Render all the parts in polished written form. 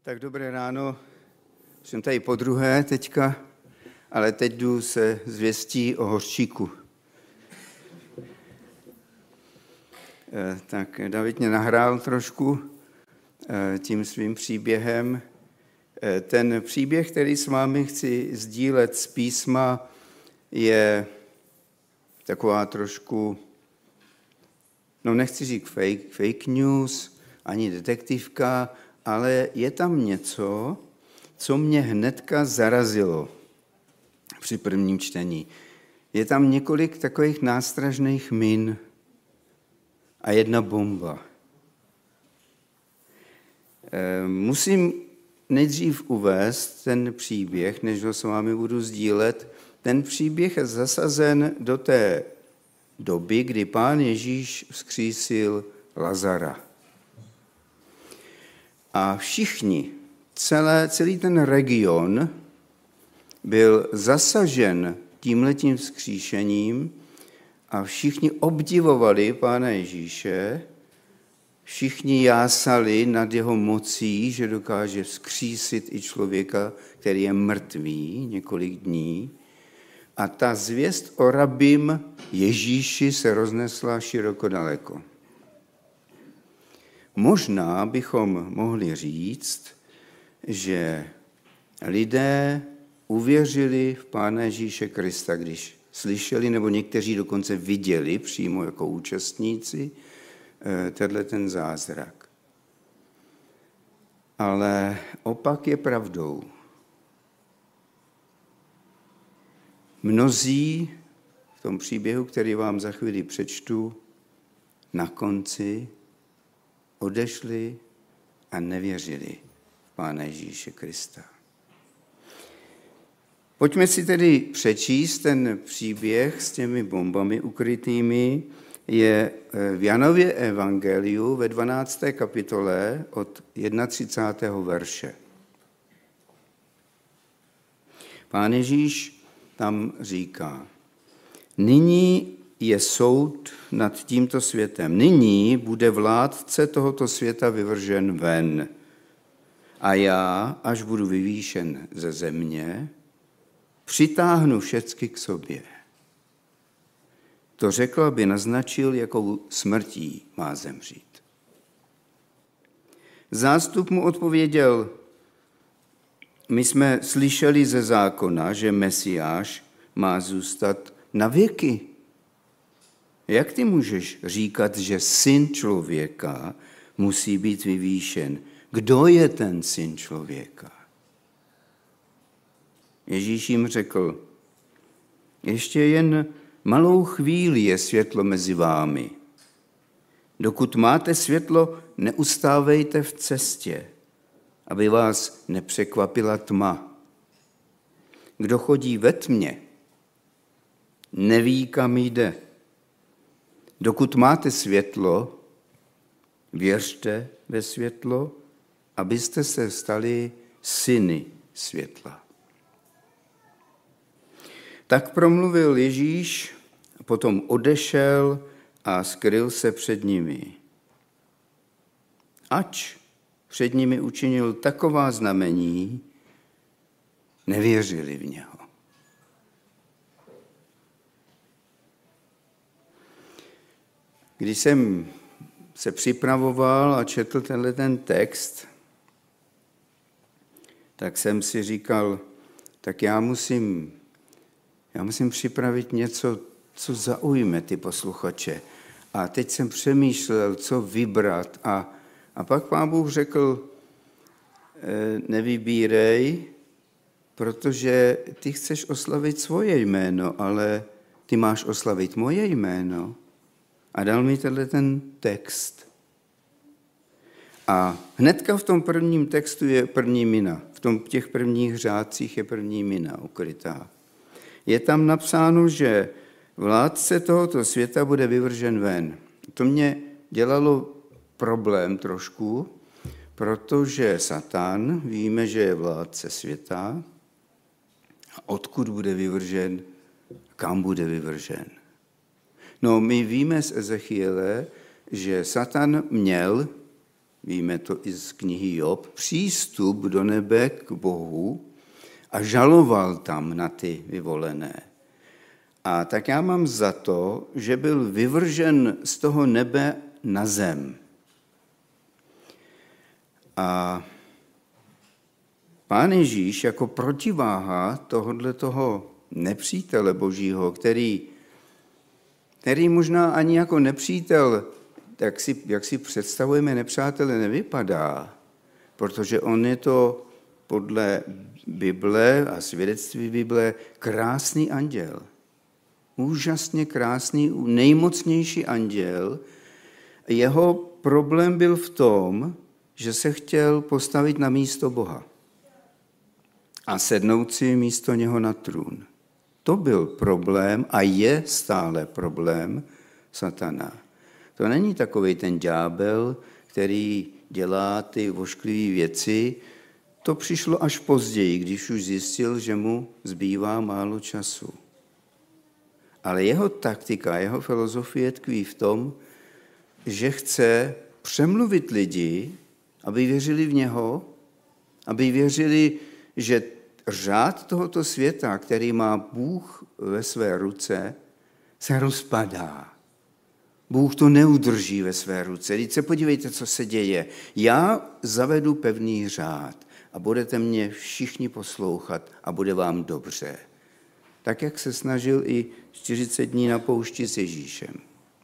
Tak dobré ráno, jsem tady podruhé teďka, ale teď jdu se zvěstí o hořčíku. Tak David mě nahrál trošku tím svým příběhem. Ten příběh, který s vámi chci sdílet z písma, je taková trošku, nechci říct fake news, ani detektivka, ale je tam něco, co mě hnedka zarazilo při prvním čtení. Je tam několik takových nástražných min a jedna bomba. Musím nejdřív uvést ten příběh, než ho s vámi budu sdílet. Ten příběh je zasazen do té doby, kdy Pán Ježíš vzkřísil Lazara. A všichni, celý ten region byl zasažen tímhletím vzkříšením a všichni obdivovali Pána Ježíše, všichni jásali nad jeho mocí, že dokáže vzkřísit i člověka, který je mrtvý několik dní. A ta zvěst o rabim Ježíši se roznesla široko daleko. Možná bychom mohli říct, že lidé uvěřili v Pána Ježíše Krista, když slyšeli, nebo někteří dokonce viděli přímo jako účastníci ten zázrak. Ale opak je pravdou. Mnozí v tom příběhu, který vám za chvíli přečtu, na konci odešli a nevěřili v Pána Ježíše Krista. Pojďme si tedy přečíst ten příběh s těmi bombami ukrytými. Je v Janově evangeliu ve 12. kapitole od 31. verše. Pán Ježíš tam říká: nyní je soud nad tímto světem. Nyní bude vládce tohoto světa vyvržen ven. A já, až budu vyvýšen ze země, přitáhnu všecky k sobě. To řekl, aby naznačil, jakou smrtí má zemřít. Zástup mu odpověděl: my jsme slyšeli ze zákona, že Mesiáš má zůstat na věky. Jak ty můžeš říkat, že syn člověka musí být vyvýšen? Kdo je ten syn člověka? Ježíš jim řekl: ještě jen malou chvíli je světlo mezi vámi. Dokud máte světlo, neustávejte v cestě, aby vás nepřekvapila tma. Kdo chodí ve tmě, neví, kam jde. Dokud máte světlo, věřte ve světlo, abyste se stali syny světla. Tak promluvil Ježíš, potom odešel a skryl se před nimi. Ač před nimi učinil taková znamení, nevěřili v něho. Když jsem se připravoval a četl ten text, tak jsem si říkal, tak já musím připravit něco, co zaujme ty posluchače. A teď jsem přemýšlel, co vybrat. A pak Pán Bůh řekl, nevybírej, protože ty chceš oslavit svoje jméno, ale ty máš oslavit moje jméno. A dal mi ten text. A hnedka v tom prvním textu je první mina. V těch prvních řádcích je první mina ukrytá. Je tam napsáno, že vládce tohoto světa bude vyvržen ven. To mě dělalo problém trošku, protože Satan, víme, že je vládce světa, a odkud bude vyvržen, kam bude vyvržen. No, my víme z Ezechiele, že Satan měl víme to i z knihy Job, přístup do nebe k Bohu a žaloval tam na ty vyvolené. A tak já mám za to, že byl vyvržen z toho nebe na zem. A Pán Ježíš jako protiváha tohoto nepřítele Božího, který možná ani jako nepřítel, jak si představujeme nepřátele, nevypadá, protože on je to podle Bible a svědectví Bible krásný anděl. Úžasně krásný, nejmocnější anděl. Jeho problém byl v tom, že se chtěl postavit na místo Boha a sednout si místo něho na trůn. To byl problém a je stále problém satana. To není takovej ten ďábel, který dělá ty ošklivé věci. To přišlo až později, když už zjistil, že mu zbývá málo času. Ale jeho taktika, jeho filozofie tkví v tom, že chce přemluvit lidi, aby věřili v něho, aby věřili, že řád tohoto světa, který má Bůh ve své ruce, se rozpadá. Bůh to neudrží ve své ruce. Teď se podívejte, co se děje. Já zavedu pevný řád a budete mě všichni poslouchat a bude vám dobře. Tak, jak se snažil i 40 dní na poušti s Ježíšem.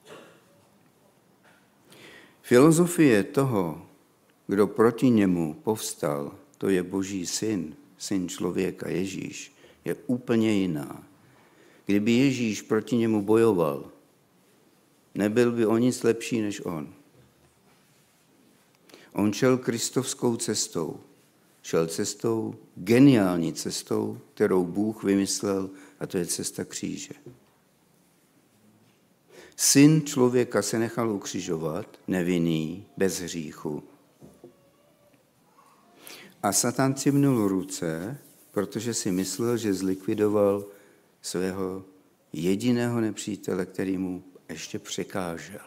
Filozofie toho, kdo proti němu povstal, to je Boží syn, syn člověka Ježíš, je úplně jiná. Kdyby Ježíš proti němu bojoval, nebyl by o nic lepší než on. On šel kristovskou cestou. Šel cestou, geniální cestou, kterou Bůh vymyslel, a to je cesta kříže. Syn člověka se nechal ukřižovat, nevinný, bez hříchu. A Satan cimnul ruce, protože si myslel, že zlikvidoval svého jediného nepřítele, který mu ještě překážel.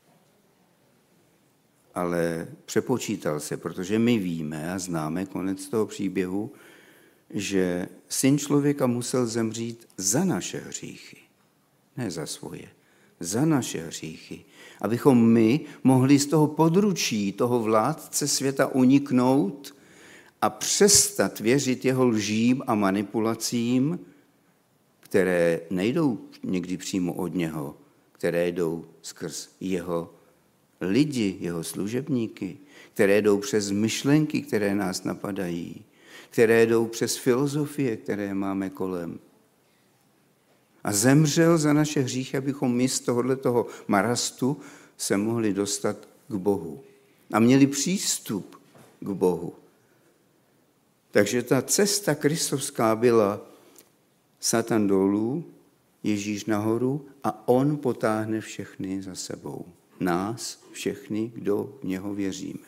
Ale přepočítal se, protože my víme a známe konec toho příběhu, že syn člověka musel zemřít za naše hříchy, ne za svoje, za naše hříchy, abychom my mohli z toho područí, toho vládce světa uniknout a přestat věřit jeho lžím a manipulacím, které nejdou někdy přímo od něho, které jdou skrz jeho lidi, jeho služebníky, které jdou přes myšlenky, které nás napadají, které jdou přes filozofie, které máme kolem. A zemřel za naše hříchy, abychom my z tohoto marastu se mohli dostat k Bohu. A měli přístup k Bohu. Takže ta cesta kristovská byla Satan dolů, Ježíš nahoru a on potáhne všechny za sebou. Nás, všechny, kdo v něho věříme.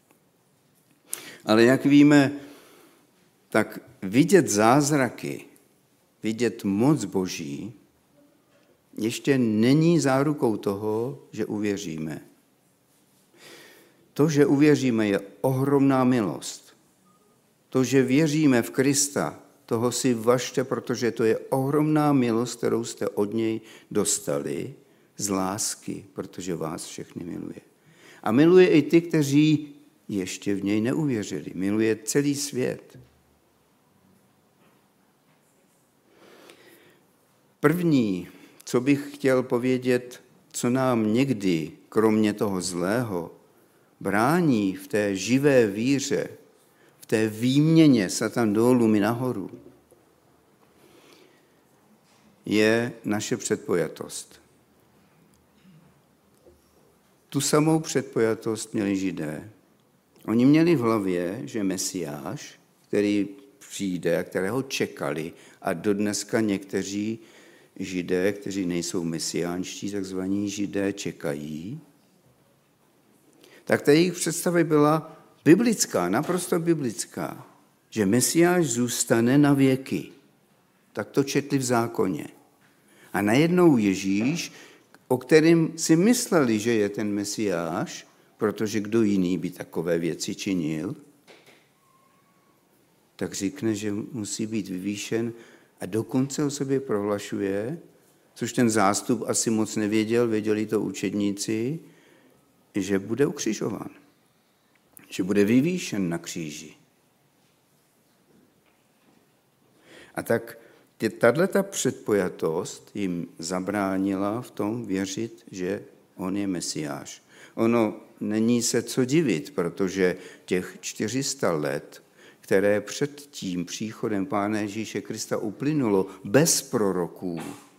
Ale jak víme, tak vidět zázraky, vidět moc Boží, ještě není zárukou toho, že uvěříme. To, že uvěříme, je ohromná milost. To, že věříme v Krista, toho si važte, protože to je ohromná milost, kterou jste od něj dostali z lásky, protože vás všechny miluje. A miluje i ty, kteří ještě v něj neuvěřili. Miluje celý svět. První, co bych chtěl povědět, co nám někdy, kromě toho zlého, brání v té živé víře, v té výměně Satan dolů, my nahoru, je naše předpojatost. Tu samou předpojatost měli Židé. Oni měli v hlavě, že Mesiáš, který přijde a kterého čekali, a dodneska někteří Židé, kteří nejsou mesiánští, takzvaní Židé, čekají, tak ta jejich představa byla biblická, naprosto biblická, že Mesiáš zůstane na věky. Tak to četli v zákoně. A najednou Ježíš, o kterém si mysleli, že je ten Mesiáš, protože kdo jiný by takové věci činil, tak řekne, že musí být vyvýšen a dokonce o sobě prohlašuje, což ten zástup asi moc nevěděl, věděli to učedníci, že bude ukřižován, že bude vyvýšen na kříži. A tak tato předpojatost jim zabránila v tom věřit, že on je Mesiáš. Ono není se co divit, protože těch 400 let, které před tím příchodem Pána Ježíše Krista uplynulo bez proroků.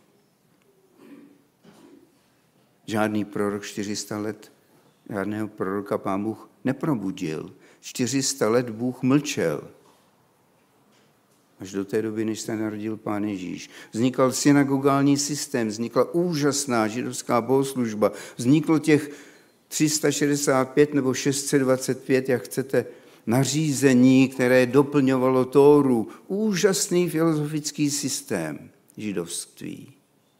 Žádný prorok 400 let, žádného proroka Pán Bůh neprobudil. 400 let Bůh mlčel. Až do té doby, než se narodil Pán Ježíš. Vznikal synagogální systém, vznikla úžasná židovská bohoslužba, vzniklo těch 365 nebo 625, jak chcete, nařízení, které doplňovalo Tóru. Úžasný filozofický systém židovství.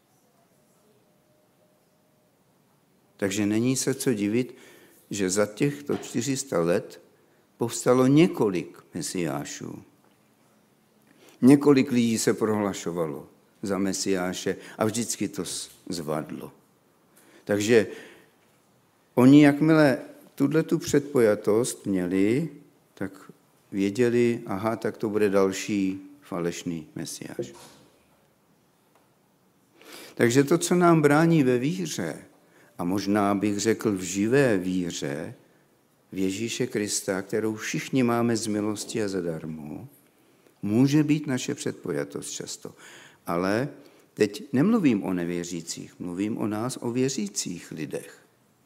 Takže není se co divit, že za těchto 400 let povstalo několik mesiášů. Několik lidí se prohlašovalo za Mesiáše a vždycky to zvadlo. Takže oni, jakmile tu předpojatost měli, tak věděli, aha, tak to bude další falešný Mesiáš. Takže to, co nám brání ve víře, a možná bych řekl v živé víře, v Ježíše Krista, kterou všichni máme z milosti a zadarmo, může být naše předpojatost často. Ale teď nemluvím o nevěřících, mluvím o nás, o věřících lidech.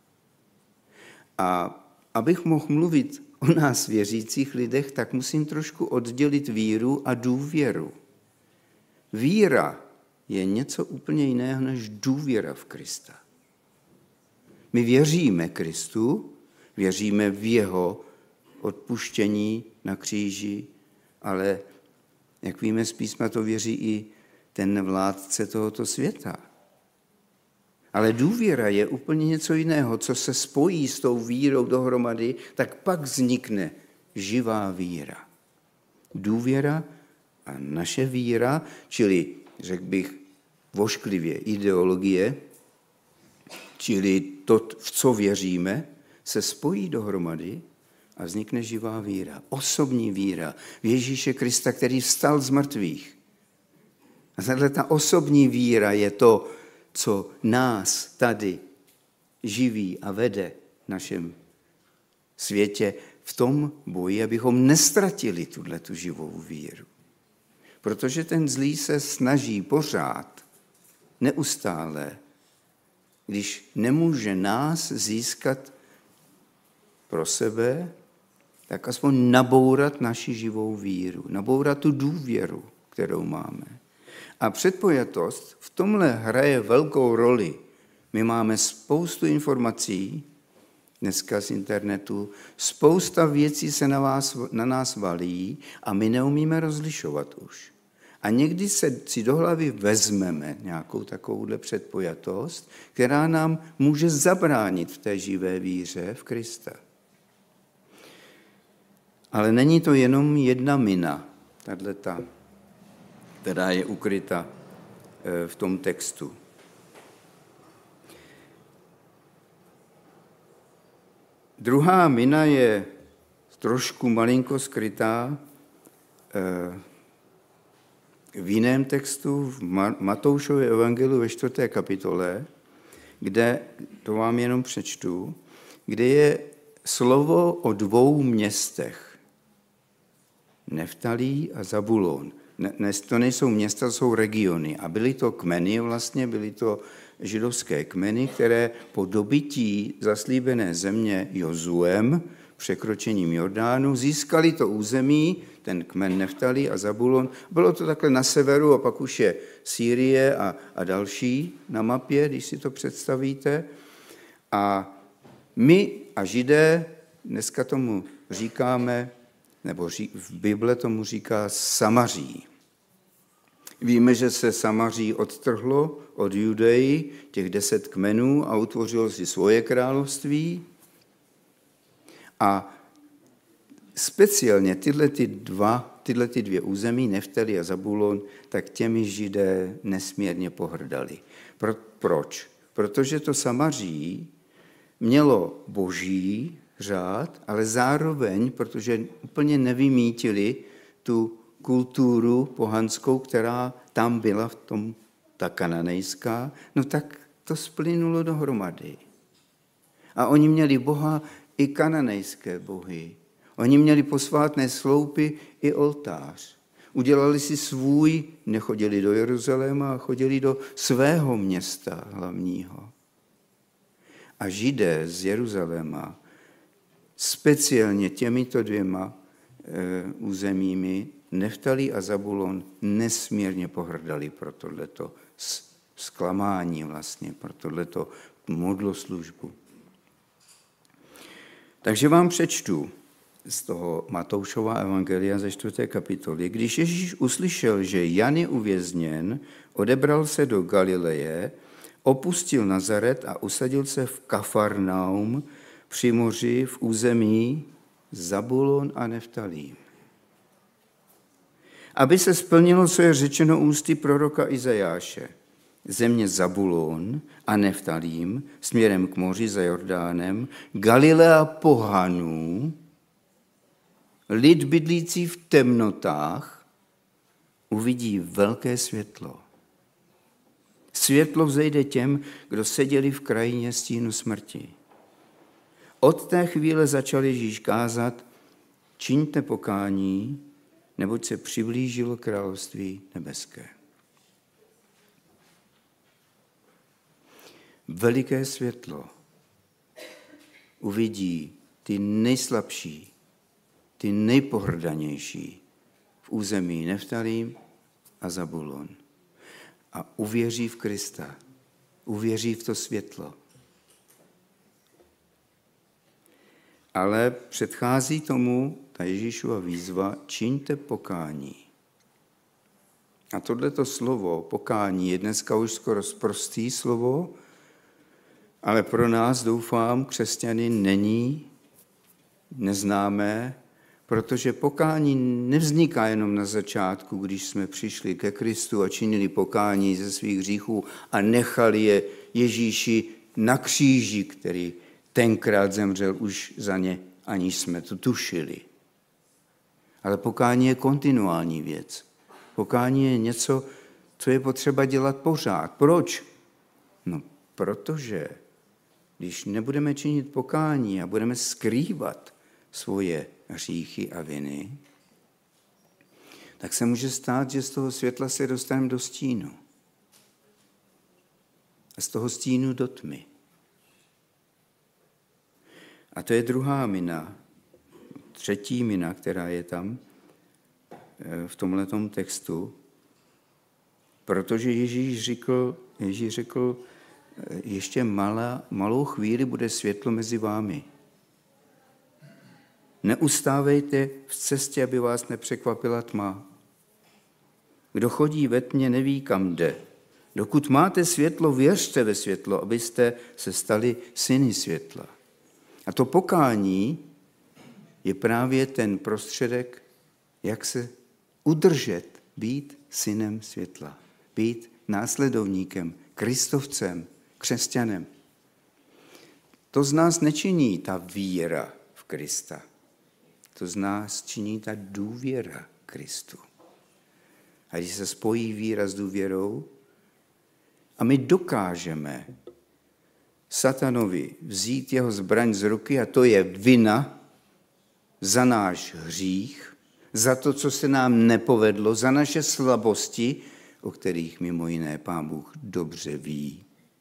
A abych mohl mluvit o nás věřících lidech, tak musím trošku oddělit víru a důvěru. Víra je něco úplně jiného než důvěra v Krista. My věříme Kristu, věříme v jeho odpuštění na kříži, ale jak víme z písma, to věří i ten vládce tohoto světa. Ale důvěra je úplně něco jiného, co se spojí s tou vírou dohromady, tak pak vznikne živá víra. Důvěra a naše víra, čili, řekl bych, vošklivě ideologie, čili to, v co věříme, se spojí dohromady a vznikne živá víra, osobní víra v Ježíše Krista, který vstal z mrtvých. A tahle ta osobní víra je to, co nás tady živí a vede v našem světě v tom boji, abychom nestratili tu živou víru. Protože ten zlý se snaží pořád, neustále, když nemůže nás získat pro sebe, tak aspoň nabourat naši živou víru, nabourat tu důvěru, kterou máme. A předpojatost v tomhle hraje velkou roli. My máme spoustu informací dneska z internetu, spousta věcí se na nás valí a my neumíme rozlišovat už. A někdy si do hlavy vezmeme nějakou takovouhle předpojatost, která nám může zabránit v té živé víře v Krista. Ale není to jenom jedna mina, tato, která je ukryta v tom textu. Druhá mina je trošku malinko skrytá v jiném textu, v Matoušově evangeliu ve 4. kapitole, kde, to vám jenom přečtu, kde je slovo o dvou městech. Neftalí a Zabulón. To nejsou města, to jsou regiony. A byly to kmeny vlastně, byly to židovské kmeny, které po dobytí zaslíbené země Jozuem, překročením Jordánu, získali to území, ten kmen Neftalí a Zabulón. Bylo to takhle na severu a pak už je Sýrie a další na mapě, když si to představíte. A my a Židé dneska tomu říkáme, nebo v Bible tomu říká Samaří. Víme, že se Samaří odtrhlo od Judeji, těch 10 kmenů, a utvořilo si svoje království. A speciálně tyhle dvě území, Neftali a Zabulon, tak těmi Židé nesmírně pohrdali. Proč? Protože to Samaří mělo boží řád, ale zároveň, protože úplně nevymítili tu kulturu pohanskou, která tam byla ta kananejská, no tak to splynulo dohromady. A oni měli Boha i kananejské bohy. Oni měli posvátné sloupy i oltář. Udělali si svůj, nechodili do Jeruzaléma, chodili do svého města hlavního. A Židé z Jeruzaléma speciálně těmito dvěma územími, Neftali a Zabulon, nesmírně pohrdali pro tohleto zklamání vlastně, pro tohleto modloslužbu. Takže vám přečtu z toho Matoušova evangelia ze 4. kapitoly. Když Ježíš uslyšel, že Jan je uvězněn, odebral se do Galileje, opustil Nazaret a usadil se v Kafarnaum při moři v území Zabulon a Neftalím. Aby se splnilo, co je řečeno ústy proroka Izajáše. Země Zabulon a Neftalím směrem k moři za Jordánem, Galilea pohanů, lid bydlící v temnotách, uvidí velké světlo. Světlo vzejde těm, kdo seděli v krajině stínu smrti. Od té chvíle začal Ježíš kázat, čiňte pokání, neboť se přiblížilo království nebeské. Veliké světlo uvidí ty nejslabší, ty nejpohrdanější v území Neftalím a Zabulon. A uvěří v Krista, uvěří v to světlo. Ale předchází tomu ta Ježíšova výzva, čiňte pokání. A tohleto slovo, pokání, je dneska už skoro sprostý slovo, ale pro nás, doufám, křesťany není neznámé, protože pokání nevzniká jenom na začátku, když jsme přišli ke Kristu a činili pokání ze svých hříchů a nechali je Ježíši na kříži, který tenkrát zemřel už za ně, aniž jsme to tušili. Ale pokání je kontinuální věc. Pokání je něco, co je potřeba dělat pořád. Proč? No, protože když nebudeme činit pokání a budeme skrývat svoje hříchy a viny, tak se může stát, že z toho světla se dostaneme do stínu. A z toho stínu do tmy. A to je druhá mina, třetí mina, která je tam v tomhletom textu, protože Ježíš řekl, ještě malou chvíli bude světlo mezi vámi. Neustávejte v cestě, aby vás nepřekvapila tma. Kdo chodí ve tmě, neví, kam jde. Dokud máte světlo, věřte ve světlo, abyste se stali syny světla. A to pokání je právě ten prostředek, jak se udržet, být synem světla, být následovníkem, kristovcem, křesťanem. To z nás nečiní ta víra v Krista. To z nás činí ta důvěra Kristu. A když se spojí víra s důvěrou, a my dokážeme satanovi vzít jeho zbraň z ruky, a to je vina za náš hřích, za to, co se nám nepovedlo, za naše slabosti, o kterých mimo jiné Pán Bůh dobře ví.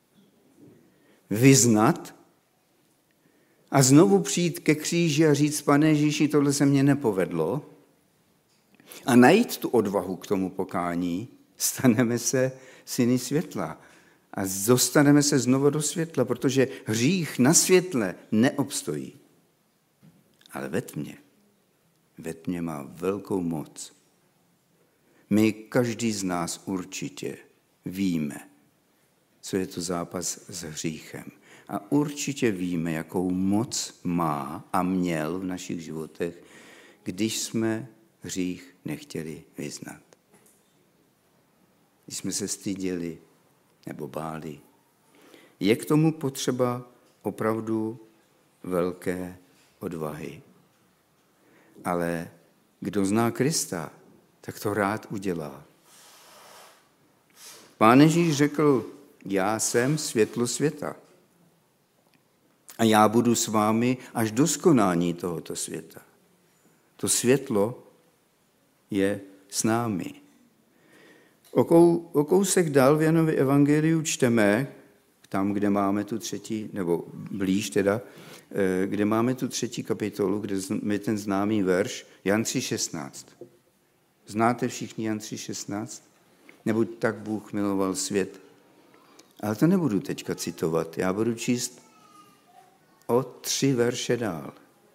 Vyznat a znovu přijít ke kříži a říct, Pane Ježíši, tohle se mně nepovedlo, a najít tu odvahu k tomu pokání, staneme se syny světla a dostaneme se znovu do světla, protože hřích na světle neobstojí. Ale ve tmě má velkou moc. My, každý z nás určitě víme, co je to zápas s hříchem. A určitě víme, jakou moc má a měl v našich životech, když jsme hřích nechtěli vyznat. Když jsme se styděli nebo báli. Je k tomu potřeba opravdu velké odvahy. Ale kdo zná Krista, tak to rád udělá. Pán Ježíš řekl, já jsem světlo světa. A já budu s vámi až do skonání tohoto světa. To světlo je s námi. O kousek dál v Janově evangeliu čteme, tam, kde máme tu třetí, nebo blíž teda, kde máme tu třetí kapitolu, kde je ten známý verš, Jan 3,16. Znáte všichni Jan 3,16? Neboť tak Bůh miloval svět. Ale to nebudu teďka citovat, já budu číst o 3 verše dál.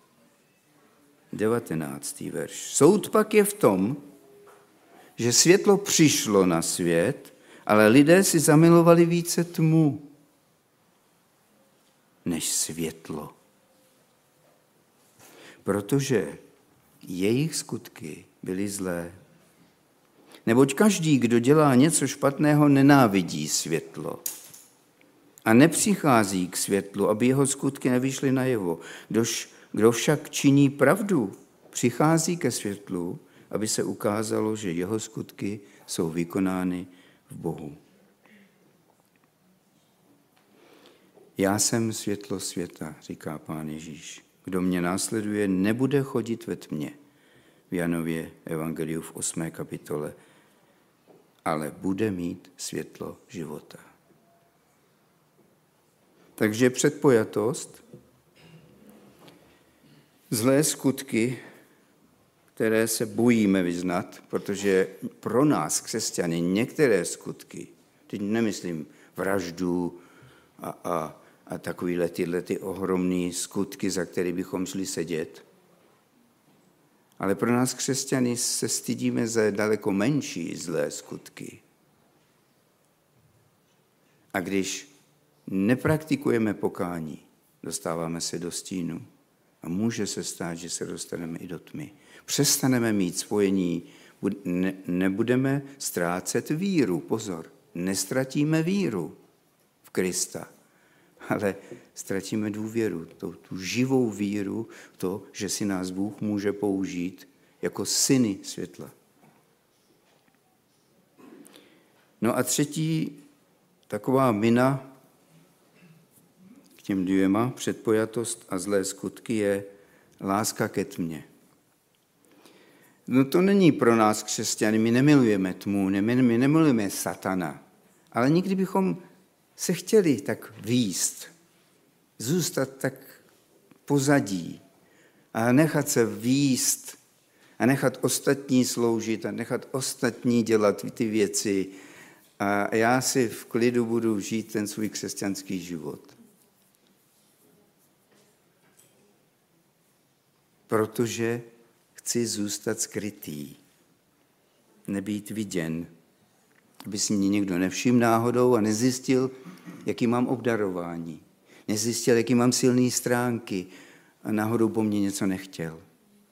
19. verš. Soud pak je v tom, že světlo přišlo na svět, ale lidé si zamilovali více tmu než světlo. Protože jejich skutky byly zlé. Neboť každý, kdo dělá něco špatného, nenávidí světlo. A nepřichází k světlu, aby jeho skutky nevyšly najevo. Kdo však činí pravdu, přichází ke světlu, aby se ukázalo, že jeho skutky jsou vykonány v Bohu. Já jsem světlo světa, říká Pán Ježíš. Kdo mě následuje, nebude chodit ve tmě. V Janově evangeliu v 8. kapitole. Ale bude mít světlo života. Takže předpojatost, zlé skutky, které se bojíme vyznat, protože pro nás, křesťany, některé skutky, teď nemyslím vraždu a takovéhle ty ohromné skutky, za které bychom šli sedět, ale pro nás, křesťany, se stydíme za daleko menší zlé skutky. A když nepraktikujeme pokání, dostáváme se do stínu a může se stát, že se dostaneme i do tmy. Přestaneme mít spojení, nebudeme ztrácet víru, pozor, nestratíme víru v Krista, ale ztratíme důvěru, tu živou víru, to, že si nás Bůh může použít jako syny světla. No a třetí taková mina k těm dvěma, předpojatost a zlé skutky, je láska ke tmě. No to není pro nás křesťany, my nemilujeme tmu, my nemilujeme satana, ale nikdy bychom se chtěli tak výjist, zůstat tak pozadí a nechat se výjist a nechat ostatní sloužit a nechat ostatní dělat ty věci a já si v klidu budu žít ten svůj křesťanský život. Protože chci zůstat skrytý, nebýt viděn, aby si mě někdo nevšiml náhodou a nezjistil, jaký mám obdarování. Nezjistil, jaký mám silné stránky a náhodou po mně něco nechtěl.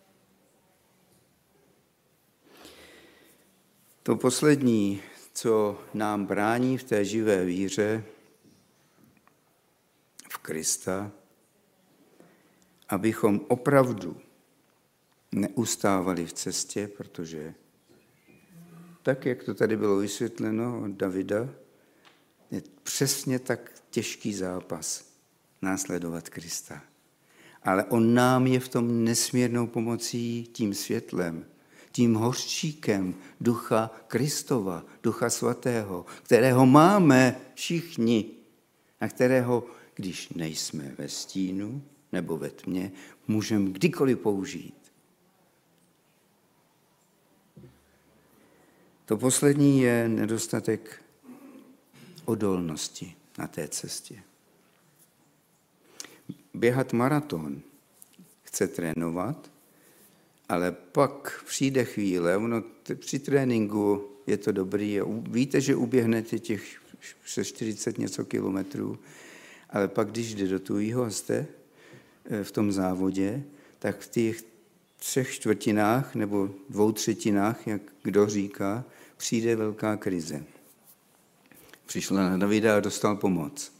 To poslední, co nám brání v té živé víře v Krista, abychom opravdu neustávali v cestě, protože tak, jak to tady bylo vysvětleno od Davida, je přesně tak těžký zápas následovat Krista. Ale on nám je v tom nesmírnou pomocí tím světlem, tím hořčíkem Ducha Kristova, Ducha Svatého, kterého máme všichni a kterého, když nejsme ve stínu nebo ve tmě, můžeme kdykoliv použít. To poslední je nedostatek odolnosti na té cestě. Běhat maraton chce trénovat, ale pak přijde chvíle, při tréninku je to dobrý, víte, že uběhnete těch přes 40 něco kilometrů, Ale pak, když jde do tujího a jste v tom závodě, tak v těch 3/4 nebo 2/3, jak kdo říká, přijde velká krize. Přišla na Davida a dostal pomoc.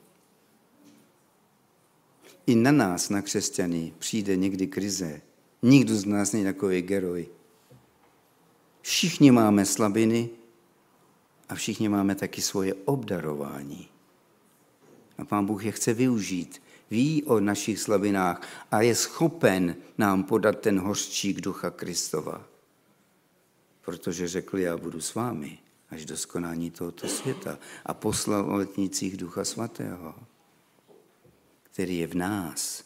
I na nás, na křesťany, přijde někdy krize. Nikdo z nás není takový geroj. Všichni máme slabiny a všichni máme taky svoje obdarování. A Pán Bůh je chce využít. Ví o našich slabinách a je schopen nám podat ten hořčík Ducha Kristova. Protože řekl, já budu s vámi až do skonání tohoto světa. A poslal o letnicích Ducha Svatého, který je v nás.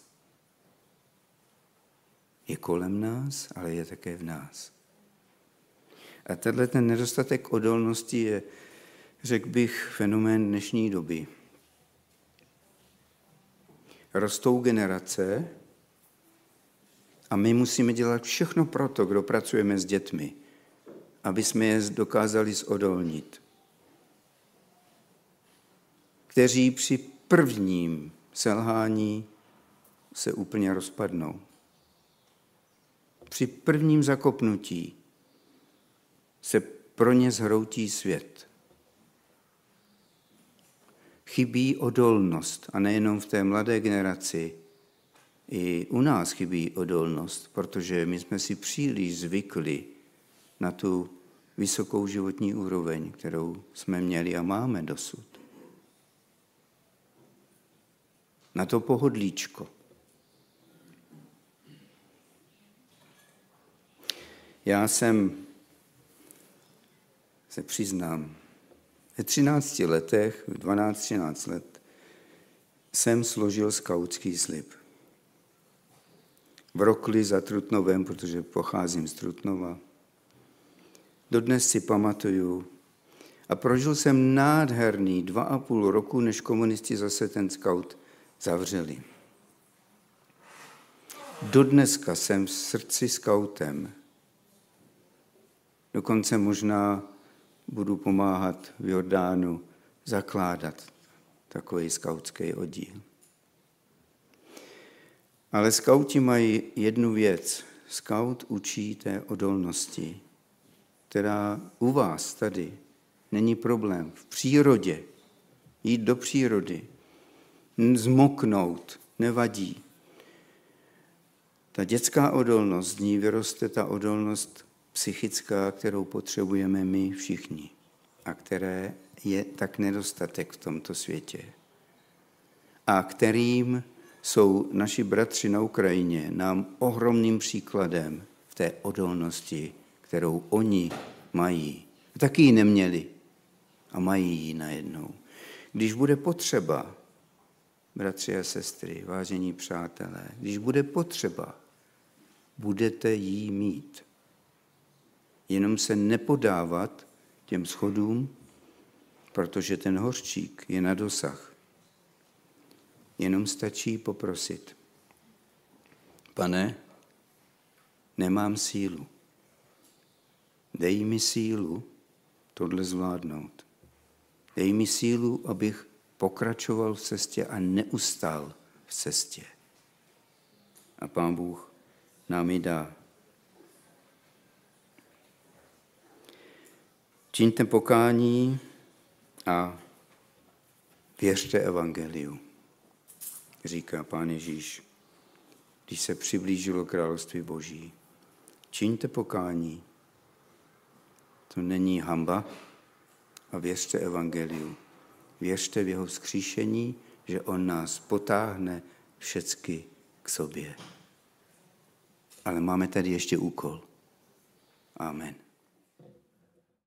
Je kolem nás, ale je také v nás. A tenhle ten nedostatek odolnosti je, řekl bych, fenomén dnešní doby. Rostou generace a my musíme dělat všechno pro to, kdo pracujeme s dětmi, aby jsme je dokázali zodolnit. Kteří při prvním selhání se úplně rozpadnou. Při prvním zakopnutí se pro ně zhroutí svět. Chybí odolnost, a nejenom v té mladé generaci, i u nás chybí odolnost, protože my jsme si příliš zvykli na tu vysokou životní úroveň, kterou jsme měli a máme dosud. Na to pohodlíčko. Já jsem, se přiznám, ve 13 letech, v 12-13 let, jsem složil skautský slib. V Rokli za Trutnovem, protože pocházím z Trutnova. Dodnes si pamatuju a prožil jsem nádherný 2,5 roku, než komunisti zase ten skaut zavřeli. Dodneska jsem v srdci skautem. Dokonce možná budu pomáhat v Jordánu zakládat takový skautský oddíl. Ale skauti mají jednu věc. Skaut učí té odolnosti, která u vás tady není problém. V přírodě, jít do přírody, zmoknout, nevadí. Ta dětská odolnost, z ní vyroste ta odolnost psychická, kterou potřebujeme my všichni a které je tak nedostatek v tomto světě. A kterým jsou naši bratři na Ukrajině nám ohromným příkladem v té odolnosti, kterou oni mají. Taky ji neměli a mají ji najednou. Když bude potřeba, bratři a sestry, vážení přátelé, když bude potřeba, budete ji mít. Jenom se nepodávat těm schodům, protože ten hořčík je na dosah. Jenom stačí poprosit. Pane, nemám sílu. Dej mi sílu tohle zvládnout. Dej mi sílu, abych pokračoval v cestě a neustál v cestě. A Pán Bůh nám ji dá. Čiňte pokání a věřte evangeliu, říká Pán Ježíš, když se přiblížilo království Boží. Čiňte pokání, to není hanba, a věřte evangeliu. Věřte v jeho vzkříšení, že on nás potáhne všecky k sobě. Ale máme tady ještě úkol. Amen.